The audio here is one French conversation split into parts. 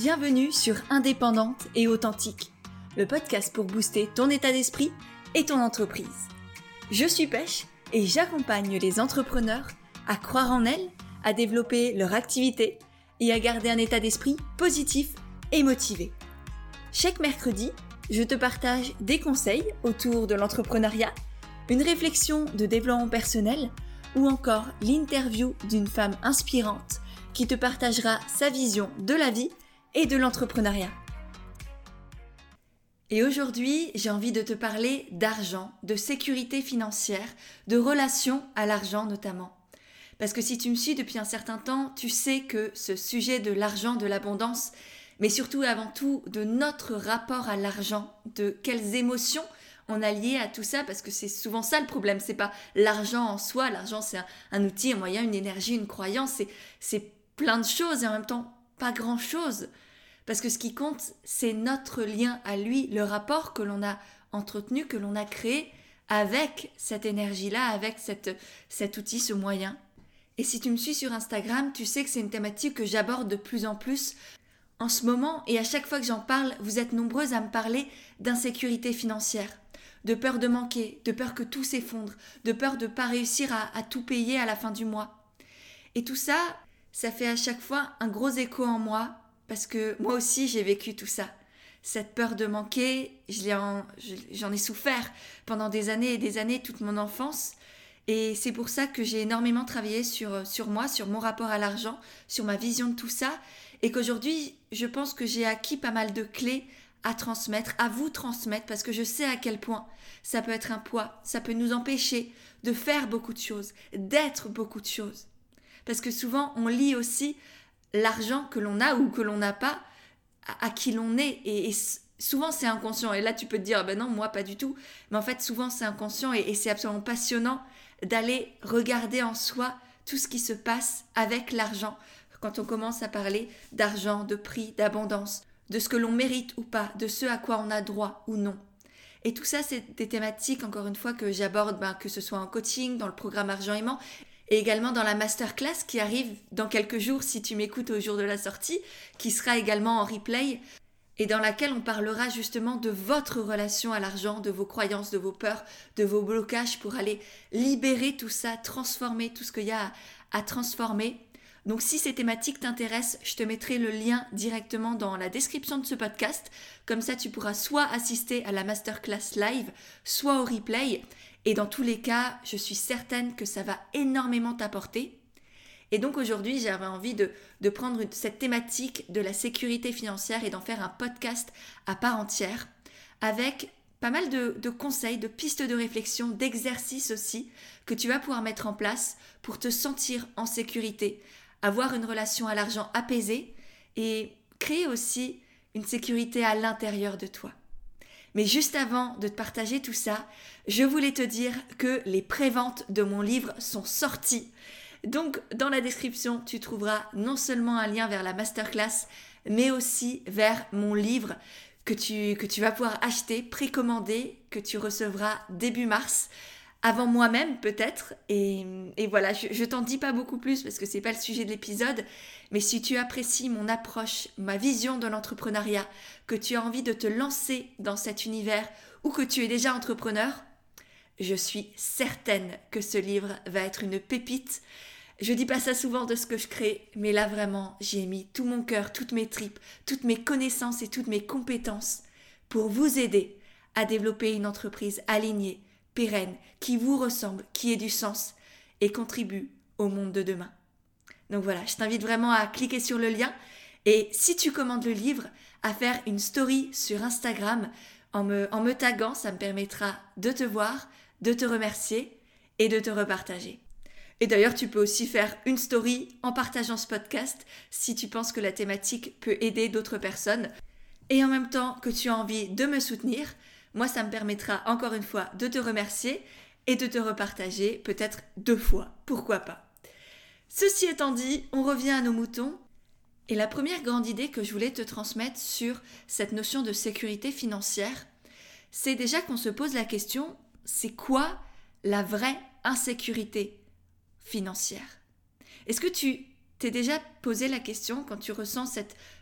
Bienvenue sur Indépendante et Authentique, le podcast pour booster ton état d'esprit et ton entreprise. Je suis Pêche et j'accompagne les entrepreneurs à croire en elles, à développer leur activité et à garder un état d'esprit positif et motivé. Chaque mercredi, je te partage des conseils autour de l'entrepreneuriat, une réflexion de développement personnel ou encore l'interview d'une femme inspirante qui te partagera sa vision de la vie et de l'entrepreneuriat. Et aujourd'hui, j'ai envie de te parler d'argent, de sécurité financière, de relation à l'argent notamment. Parce que si tu me suis depuis un certain temps, tu sais que ce sujet de l'argent, de l'abondance, mais surtout et avant tout de notre rapport à l'argent, de quelles émotions on a liées à tout ça, parce que c'est souvent ça le problème, c'est pas l'argent en soi, l'argent c'est un outil, un moyen, une énergie, une croyance, c'est plein de choses et en même temps pas grand chose. Parce que ce qui compte, c'est notre lien à lui, le rapport que l'on a entretenu, que l'on a créé avec cette énergie-là, avec cet outil, ce moyen. Et si tu me suis sur Instagram, tu sais que c'est une thématique que j'aborde de plus en plus en ce moment. Et à chaque fois que j'en parle, vous êtes nombreuses à me parler d'insécurité financière, de peur de manquer, de peur que tout s'effondre, de peur de ne pas réussir à tout payer à la fin du mois. Et tout ça, ça fait à chaque fois un gros écho en moi, parce que moi aussi j'ai vécu tout ça. Cette peur de manquer, j'en ai souffert pendant des années et des années, toute mon enfance. Et c'est pour ça que j'ai énormément travaillé sur moi, sur mon rapport à l'argent, sur ma vision de tout ça. Et qu'aujourd'hui, je pense que j'ai acquis pas mal de clés à transmettre, à vous transmettre, parce que je sais à quel point ça peut être un poids, ça peut nous empêcher de faire beaucoup de choses, d'être beaucoup de choses. Parce que souvent, on lie aussi l'argent que l'on a ou que l'on n'a pas à qui l'on est. Et souvent, c'est inconscient. Et là, tu peux te dire, ben non, moi, pas du tout. Mais en fait, souvent, c'est inconscient et c'est absolument passionnant d'aller regarder en soi tout ce qui se passe avec l'argent. Quand on commence à parler d'argent, de prix, d'abondance, de ce que l'on mérite ou pas, de ce à quoi on a droit ou non. Et tout ça, c'est des thématiques, encore une fois, que j'aborde, que ce soit en coaching, dans le programme Argent Aimant, et également dans la masterclass qui arrive dans quelques jours si tu m'écoutes au jour de la sortie, qui sera également en replay, et dans laquelle on parlera justement de votre relation à l'argent, de vos croyances, de vos peurs, de vos blocages pour aller libérer tout ça, transformer tout ce qu'il y a à transformer. Donc si ces thématiques t'intéressent, je te mettrai le lien directement dans la description de ce podcast. Comme ça, tu pourras soit assister à la masterclass live, soit au replay. Et dans tous les cas, je suis certaine que ça va énormément t'apporter. Et donc aujourd'hui, j'avais envie de prendre cette thématique de la sécurité financière et d'en faire un podcast à part entière, avec pas mal de conseils, de pistes de réflexion, d'exercices aussi, que tu vas pouvoir mettre en place pour te sentir en sécurité, avoir une relation à l'argent apaisée et créer aussi une sécurité à l'intérieur de toi. Mais juste avant de te partager tout ça, je voulais te dire que les préventes de mon livre sont sorties. Donc, dans la description, tu trouveras non seulement un lien vers la masterclass, mais aussi vers mon livre que tu vas pouvoir acheter, précommander, que tu recevras début mars, avant moi-même peut-être. Et voilà, je t'en dis pas beaucoup plus parce que c'est pas le sujet de l'épisode, mais si tu apprécies mon approche, ma vision de l'entrepreneuriat, que tu as envie de te lancer dans cet univers ou que tu es déjà entrepreneur, je suis certaine que ce livre va être une pépite. Je dis pas ça souvent de ce que je crée, mais là vraiment, j'y ai mis tout mon cœur, toutes mes tripes, toutes mes connaissances et toutes mes compétences pour vous aider à développer une entreprise alignée, pérenne, qui vous ressemble, qui ait du sens et contribue au monde de demain. Donc voilà, je t'invite vraiment à cliquer sur le lien et si tu commandes le livre, à faire une story sur Instagram en me taguant, ça me permettra de te voir, de te remercier et de te repartager. Et d'ailleurs, tu peux aussi faire une story en partageant ce podcast si tu penses que la thématique peut aider d'autres personnes. Et en même temps que tu as envie de me soutenir, moi, ça me permettra encore une fois de te remercier et de te repartager peut-être 2 fois, pourquoi pas. Ceci étant dit, on revient à nos moutons. Et la première grande idée que je voulais te transmettre sur cette notion de sécurité financière, c'est déjà qu'on se pose la question, c'est quoi la vraie insécurité financière? Est-ce que tu t'es déjà posé la question quand tu ressens cette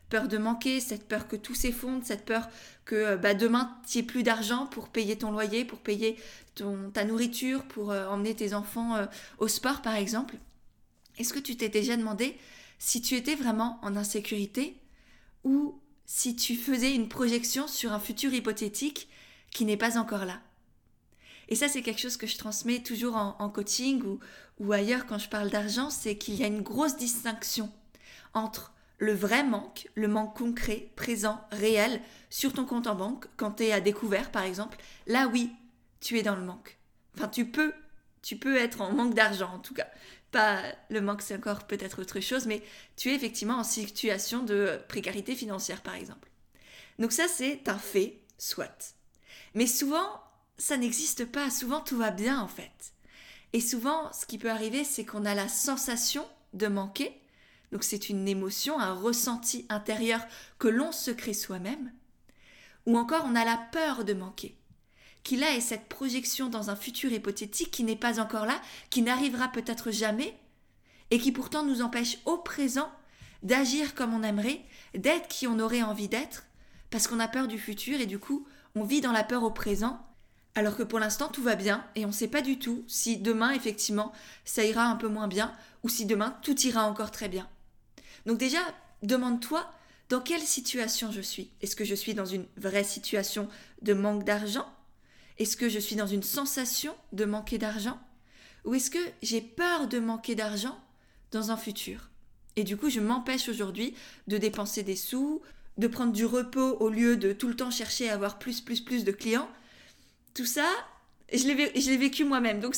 peur de manquer, cette peur que tout s'effondre, cette peur que demain tu n'aies plus d'argent pour payer ton loyer, pour payer ta nourriture, pour emmener tes enfants au sport par exemple. Est-ce que tu t'es déjà demandé si tu étais vraiment en insécurité ou si tu faisais une projection sur un futur hypothétique qui n'est pas encore là? Et ça, c'est quelque chose que je transmets toujours en coaching ou ailleurs quand je parle d'argent, c'est qu'il y a une grosse distinction entre le vrai manque, le manque concret, présent, réel, sur ton compte en banque, quand tu es à découvert par exemple. Là, oui, tu es dans le manque. Enfin, tu peux être en manque d'argent en tout cas. Pas le manque, c'est encore peut-être autre chose, mais tu es effectivement en situation de précarité financière par exemple. Donc ça, c'est un fait, soit. Mais souvent, ça n'existe pas. Souvent, tout va bien en fait. Et souvent, ce qui peut arriver, c'est qu'on a la sensation de manquer. Donc c'est une émotion, un ressenti intérieur que l'on se crée soi-même. Ou encore, on a la peur de manquer. Qui là est cette projection dans un futur hypothétique qui n'est pas encore là, qui n'arrivera peut-être jamais, et qui pourtant nous empêche au présent d'agir comme on aimerait, d'être qui on aurait envie d'être, parce qu'on a peur du futur et du coup, on vit dans la peur au présent, alors que pour l'instant tout va bien et on ne sait pas du tout si demain effectivement ça ira un peu moins bien ou si demain tout ira encore très bien. Donc déjà, demande-toi dans quelle situation je suis. Est-ce que je suis dans une vraie situation de manque d'argent ? Est-ce que je suis dans une sensation de manquer d'argent ? Ou est-ce que j'ai peur de manquer d'argent dans un futur ? Et du coup, je m'empêche aujourd'hui de dépenser des sous, de prendre du repos au lieu de tout le temps chercher à avoir plus de clients. Tout ça, je l'ai vécu moi-même. Donc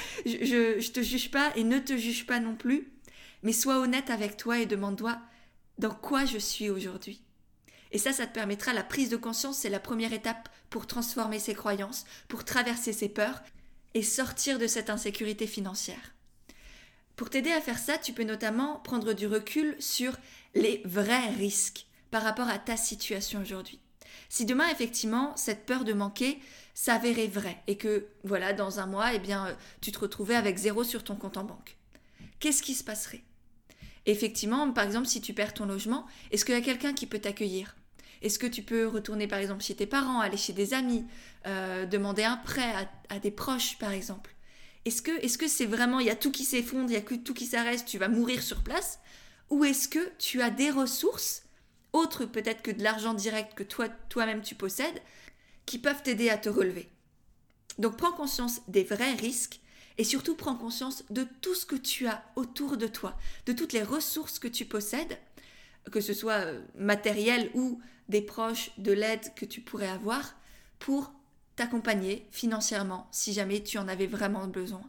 je te juge pas et ne te juge pas non plus. Mais sois honnête avec toi et demande-toi dans quoi je suis aujourd'hui. Et ça te permettra, la prise de conscience, c'est la première étape pour transformer ses croyances, pour traverser ses peurs et sortir de cette insécurité financière. Pour t'aider à faire ça, tu peux notamment prendre du recul sur les vrais risques par rapport à ta situation aujourd'hui. Si demain, effectivement, cette peur de manquer s'avérait vraie et que, voilà, dans un mois, tu te retrouvais avec 0 sur ton compte en banque, qu'est-ce qui se passerait ? Effectivement, par exemple, si tu perds ton logement, est-ce qu'il y a quelqu'un qui peut t'accueillir ? Est-ce que tu peux retourner par exemple chez tes parents, aller chez des amis, demander un prêt à des proches par exemple ? Est-ce que c'est vraiment, il y a tout qui s'effondre, il y a tout qui s'arrête, tu vas mourir sur place ? Ou est-ce que tu as des ressources, autres peut-être que de l'argent direct que toi-même tu possèdes, qui peuvent t'aider à te relever ? Donc prends conscience des vrais risques et surtout prends conscience de tout ce que tu as autour de toi, de toutes les ressources que tu possèdes, que ce soit matériel ou des proches, de l'aide que tu pourrais avoir pour t'accompagner financièrement si jamais tu en avais vraiment besoin.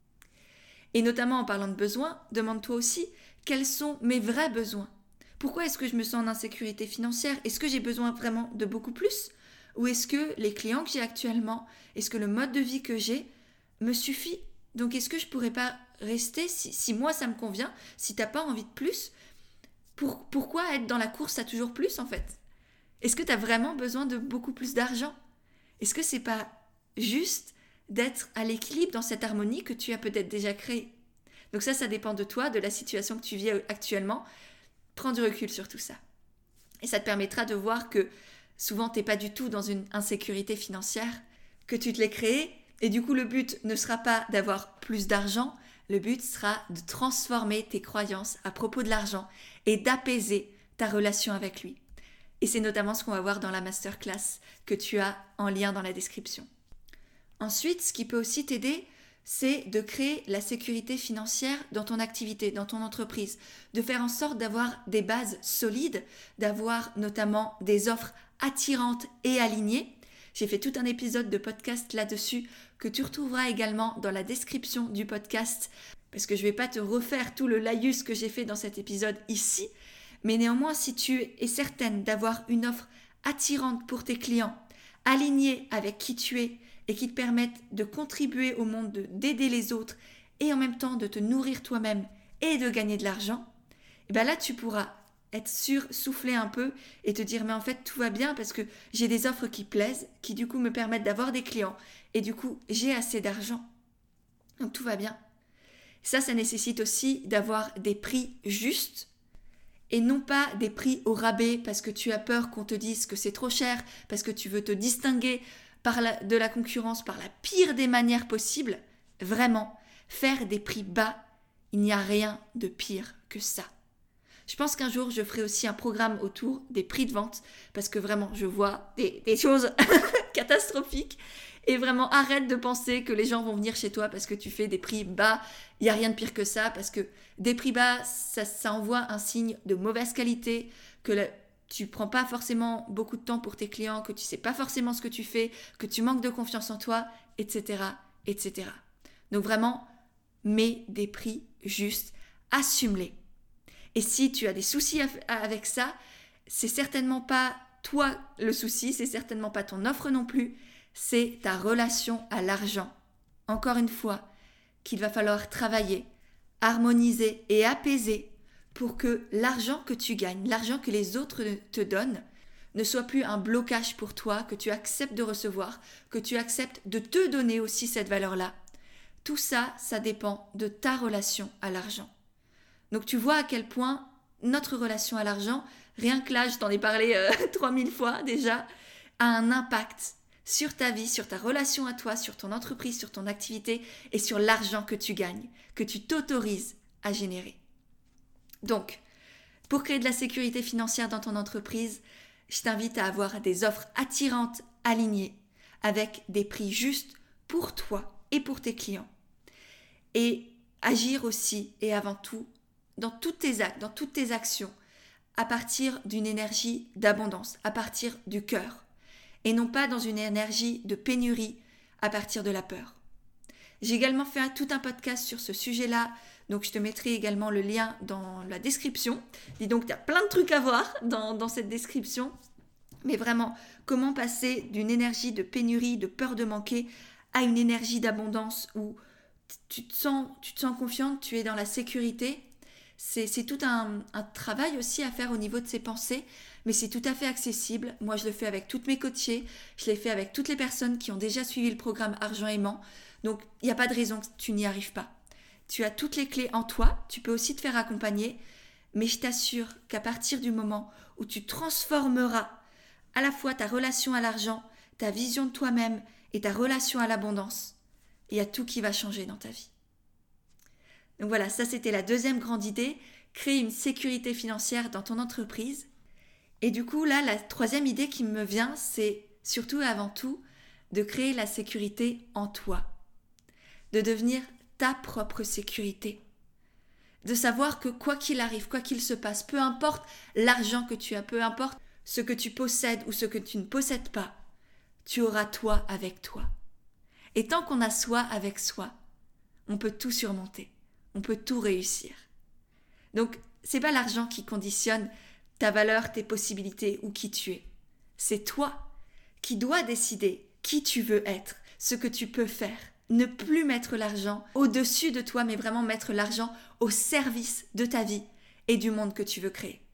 Et notamment en parlant de besoins, demande-toi aussi quels sont mes vrais besoins. Pourquoi est-ce que je me sens en insécurité financière ? Est-ce que j'ai besoin vraiment de beaucoup plus ? Ou est-ce que les clients que j'ai actuellement, est-ce que le mode de vie que j'ai me suffit ? Donc est-ce que je pourrais pas rester, si moi ça me convient, si t'as pas envie de plus, pourquoi être dans la course à toujours plus en fait ? Est-ce que tu as vraiment besoin de beaucoup plus d'argent ? Est-ce que c'est pas juste d'être à l'équilibre dans cette harmonie que tu as peut-être déjà créée ? Donc ça dépend de toi, de la situation que tu vis actuellement. Prends du recul sur tout ça. Et ça te permettra de voir que souvent t'es pas du tout dans une insécurité financière, que tu te l'es créée, et du coup le but ne sera pas d'avoir plus d'argent, le but sera de transformer tes croyances à propos de l'argent et d'apaiser ta relation avec lui. Et c'est notamment ce qu'on va voir dans la masterclass que tu as en lien dans la description. Ensuite, ce qui peut aussi t'aider, c'est de créer la sécurité financière dans ton activité, dans ton entreprise, de faire en sorte d'avoir des bases solides, d'avoir notamment des offres attirantes et alignées. J'ai fait tout un épisode de podcast là-dessus que tu retrouveras également dans la description du podcast parce que je ne vais pas te refaire tout le laïus que j'ai fait dans cet épisode ici, mais néanmoins si tu es certaine d'avoir une offre attirante pour tes clients, alignée avec qui tu es et qui te permette de contribuer au monde, d'aider les autres et en même temps de te nourrir toi-même et de gagner de l'argent, et bien là tu pourras être sûr, souffler un peu et te dire mais en fait tout va bien parce que j'ai des offres qui plaisent, qui du coup me permettent d'avoir des clients et du coup j'ai assez d'argent. Donc tout va bien. Ça nécessite aussi d'avoir des prix justes et non pas des prix au rabais parce que tu as peur qu'on te dise que c'est trop cher, parce que tu veux te distinguer de la concurrence par la pire des manières possibles. Vraiment, faire des prix bas, il n'y a rien de pire que ça. Je pense qu'un jour, je ferai aussi un programme autour des prix de vente parce que vraiment, je vois des choses catastrophiques. Et vraiment, arrête de penser que les gens vont venir chez toi parce que tu fais des prix bas. Il n'y a rien de pire que ça parce que des prix bas, ça envoie un signe de mauvaise qualité, que tu prends pas forcément beaucoup de temps pour tes clients, que tu sais pas forcément ce que tu fais, que tu manques de confiance en toi, etc., etc. Donc vraiment, mets des prix justes, assume-les. Et si tu as des soucis avec ça, c'est certainement pas toi le souci, c'est certainement pas ton offre non plus, c'est ta relation à l'argent. Encore une fois, qu'il va falloir travailler, harmoniser et apaiser pour que l'argent que tu gagnes, l'argent que les autres te donnent, ne soit plus un blocage pour toi, que tu acceptes de recevoir, que tu acceptes de te donner aussi cette valeur-là. Tout ça, ça dépend de ta relation à l'argent. Donc tu vois à quel point notre relation à l'argent, rien que là, je t'en ai parlé 3000 fois déjà, a un impact sur ta vie, sur ta relation à toi, sur ton entreprise, sur ton activité et sur l'argent que tu gagnes, que tu t'autorises à générer. Donc, pour créer de la sécurité financière dans ton entreprise, je t'invite à avoir des offres attirantes, alignées, avec des prix justes pour toi et pour tes clients. Et agir aussi et avant tout dans tous tes actes, dans toutes tes actions, à partir d'une énergie d'abondance, à partir du cœur, et non pas dans une énergie de pénurie à partir de la peur. J'ai également fait tout un podcast sur ce sujet-là, donc je te mettrai également le lien dans la description. Dis donc, tu as plein de trucs à voir dans cette description, mais vraiment, comment passer d'une énergie de pénurie, de peur de manquer, à une énergie d'abondance où tu te sens confiante, tu es dans la sécurité. C'est tout un travail aussi à faire au niveau de ses pensées, mais c'est tout à fait accessible. Moi, je le fais avec toutes mes coachées, je l'ai fait avec toutes les personnes qui ont déjà suivi le programme Argent Aimant. Donc, il n'y a pas de raison que tu n'y arrives pas. Tu as toutes les clés en toi, tu peux aussi te faire accompagner, mais je t'assure qu'à partir du moment où tu transformeras à la fois ta relation à l'argent, ta vision de toi-même et ta relation à l'abondance, il y a tout qui va changer dans ta vie. Donc voilà, ça c'était la deuxième grande idée, créer une sécurité financière dans ton entreprise. Et du coup là, la troisième idée qui me vient, c'est surtout et avant tout de créer la sécurité en toi, de devenir ta propre sécurité, de savoir que quoi qu'il arrive, quoi qu'il se passe, peu importe l'argent que tu as, peu importe ce que tu possèdes ou ce que tu ne possèdes pas, tu auras toi avec toi. Et tant qu'on a soi avec soi, on peut tout surmonter. On peut tout réussir. Donc, c'est pas l'argent qui conditionne ta valeur, tes possibilités ou qui tu es. C'est toi qui dois décider qui tu veux être, ce que tu peux faire. Ne plus mettre l'argent au-dessus de toi, mais vraiment mettre l'argent au service de ta vie et du monde que tu veux créer.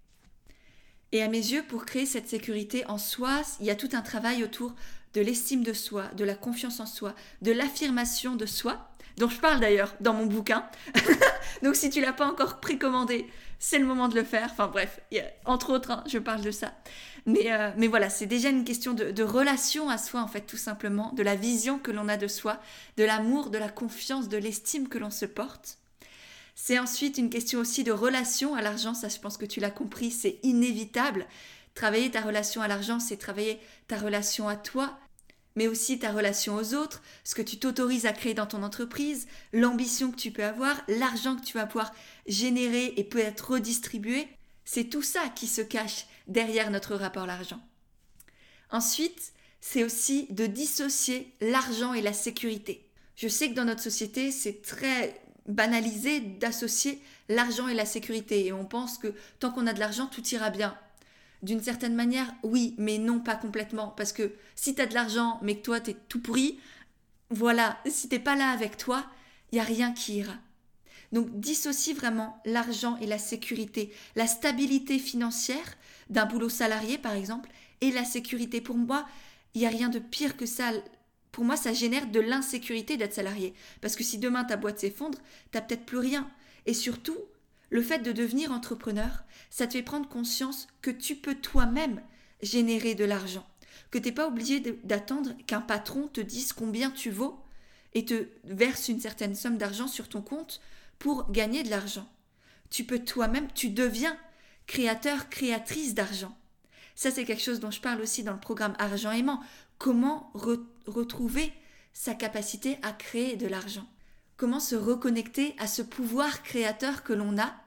Et à mes yeux, pour créer cette sécurité en soi, il y a tout un travail autour de l'estime de soi, de la confiance en soi, de l'affirmation de soi, dont je parle d'ailleurs dans mon bouquin. Donc si tu ne l'as pas encore précommandé, c'est le moment de le faire. Enfin bref, entre autres, je parle de ça. Mais voilà, c'est déjà une question de relation à soi, en fait, tout simplement, de la vision que l'on a de soi, de l'amour, de la confiance, de l'estime que l'on se porte. C'est ensuite une question aussi de relation à l'argent, ça je pense que tu l'as compris, c'est inévitable. Travailler ta relation à l'argent, c'est travailler ta relation à toi, mais aussi ta relation aux autres, ce que tu t'autorises à créer dans ton entreprise, l'ambition que tu peux avoir, l'argent que tu vas pouvoir générer et peut être redistribué. C'est tout ça qui se cache derrière notre rapport à l'argent. Ensuite, c'est aussi de dissocier l'argent et la sécurité. Je sais que dans notre société, c'est très banalisé d'associer l'argent et la sécurité et on pense que tant qu'on a de l'argent, tout ira bien. D'une certaine manière, oui, mais non, pas complètement. Parce que si tu as de l'argent, mais que toi, tu es tout pourri, voilà, si tu n'es pas là avec toi, il n'y a rien qui ira. Donc, dissocie vraiment l'argent et la sécurité, la stabilité financière d'un boulot salarié, par exemple, et la sécurité. Pour moi, il n'y a rien de pire que ça. Pour moi, ça génère de l'insécurité d'être salarié. Parce que si demain ta boîte s'effondre, tu n'as peut-être plus rien. Et surtout, Le fait de devenir entrepreneur, ça te fait prendre conscience que tu peux toi-même générer de l'argent, que tu n'es pas obligé d'attendre qu'un patron te dise combien tu vaux et te verse une certaine somme d'argent sur ton compte pour gagner de l'argent. Tu peux toi-même, tu deviens créateur, créatrice d'argent. Ça, c'est quelque chose dont je parle aussi dans le programme Argent Aimant. Comment retrouver sa capacité à créer de l'argent? Comment se reconnecter à ce pouvoir créateur que l'on a,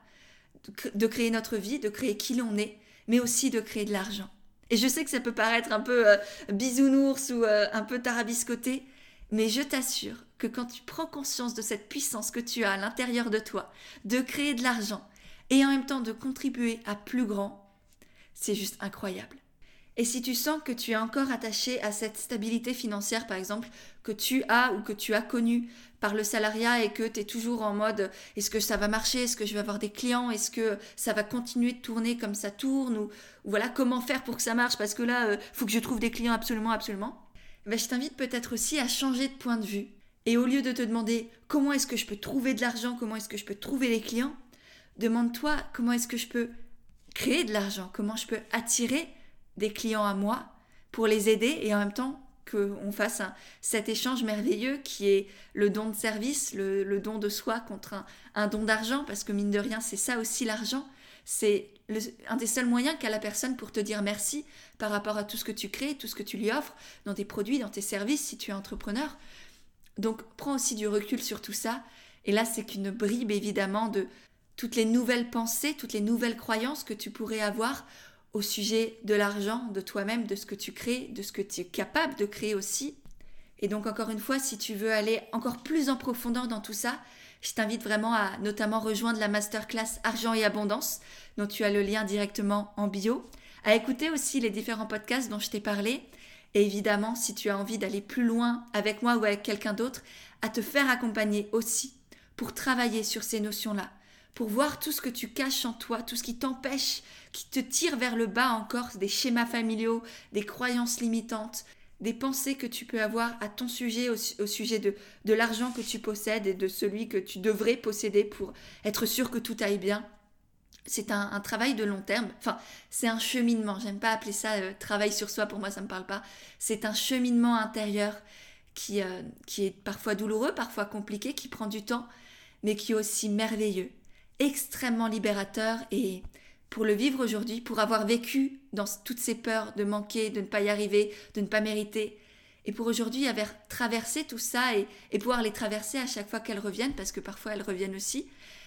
de créer notre vie, de créer qui l'on est, mais aussi de créer de l'argent. Et je sais que ça peut paraître un peu bisounours ou un peu tarabiscoté, mais je t'assure que quand tu prends conscience de cette puissance que tu as à l'intérieur de toi, de créer de l'argent et en même temps de contribuer à plus grand, c'est juste incroyable. Et si tu sens que tu es encore attaché à cette stabilité financière, par exemple, que tu as ou que tu as connue par le salariat et que tu es toujours en mode « est-ce que ça va marcher? Est-ce que je vais avoir des clients? Est-ce que ça va continuer de tourner comme ça tourne ?» ou voilà, comment faire pour que ça marche parce que là, faut que je trouve des clients absolument. Ben, je t'invite peut-être aussi à changer de point de vue. Et au lieu de te demander « comment est-ce que je peux trouver de l'argent? Comment est-ce que je peux trouver les clients ?» demande-toi « comment est-ce que je peux créer de l'argent? Comment je peux attirer des clients à moi pour les aider et en même temps qu'on fasse cet échange merveilleux qui est le don de service, le don de soi contre un don d'argent, parce que mine de rien, c'est ça aussi l'argent. C'est un des seuls moyens qu'a la personne pour te dire merci par rapport à tout ce que tu crées, tout ce que tu lui offres dans tes produits, dans tes services si tu es entrepreneur. Donc prends aussi du recul sur tout ça. Et là, c'est qu'une bribe évidemment de toutes les nouvelles pensées, toutes les nouvelles croyances que tu pourrais avoir au sujet de l'argent, de toi-même, de ce que tu crées, de ce que tu es capable de créer aussi. Et donc encore une fois, si tu veux aller encore plus en profondeur dans tout ça, je t'invite vraiment à notamment rejoindre la masterclass Argent et Abondance, dont tu as le lien directement en bio, à écouter aussi les différents podcasts dont je t'ai parlé, et évidemment, si tu as envie d'aller plus loin avec moi ou avec quelqu'un d'autre, à te faire accompagner aussi pour travailler sur ces notions-là, pour voir tout ce que tu caches en toi, tout ce qui t'empêche, qui te tire vers le bas encore, des schémas familiaux, des croyances limitantes, des pensées que tu peux avoir à ton sujet, au sujet de l'argent que tu possèdes et de celui que tu devrais posséder pour être sûr que tout aille bien. C'est un travail de long terme, enfin c'est un cheminement, j'aime pas appeler ça travail sur soi, pour moi ça me parle pas. C'est un cheminement intérieur qui est parfois douloureux, parfois compliqué, qui prend du temps, mais qui est aussi merveilleux, extrêmement libérateur. Et pour le vivre aujourd'hui, pour avoir vécu dans toutes ces peurs de manquer, de ne pas y arriver, de ne pas mériter, et pour aujourd'hui avoir traversé tout ça et pouvoir les traverser à chaque fois qu'elles reviennent, parce que parfois elles reviennent aussi,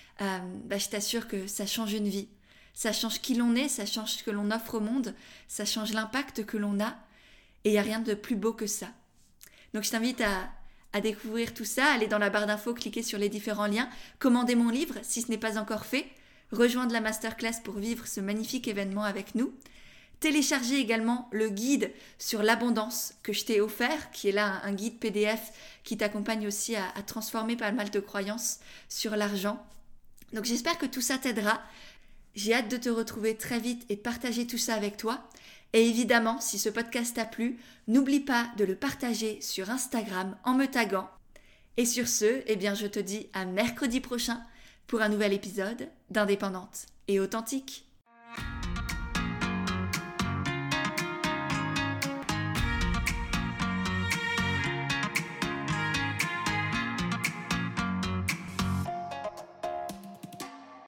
je t'assure que ça change une vie. Ça change qui l'on est, ça change ce que l'on offre au monde, ça change l'impact que l'on a, et il n'y a rien de plus beau que ça. Donc je t'invite à découvrir tout ça, aller dans la barre d'infos, cliquer sur les différents liens, commander mon livre si ce n'est pas encore fait, rejoindre la masterclass pour vivre ce magnifique événement avec nous, télécharger également le guide sur l'abondance que je t'ai offert, qui est là un guide PDF qui t'accompagne aussi à transformer pas mal de croyances sur l'argent. Donc j'espère que tout ça t'aidera. J'ai hâte de te retrouver très vite et de partager tout ça avec toi. Et évidemment, si ce podcast t'a plu, n'oublie pas de le partager sur Instagram en me taguant. Et sur ce, je te dis à mercredi prochain pour un nouvel épisode d'Indépendante et Authentique.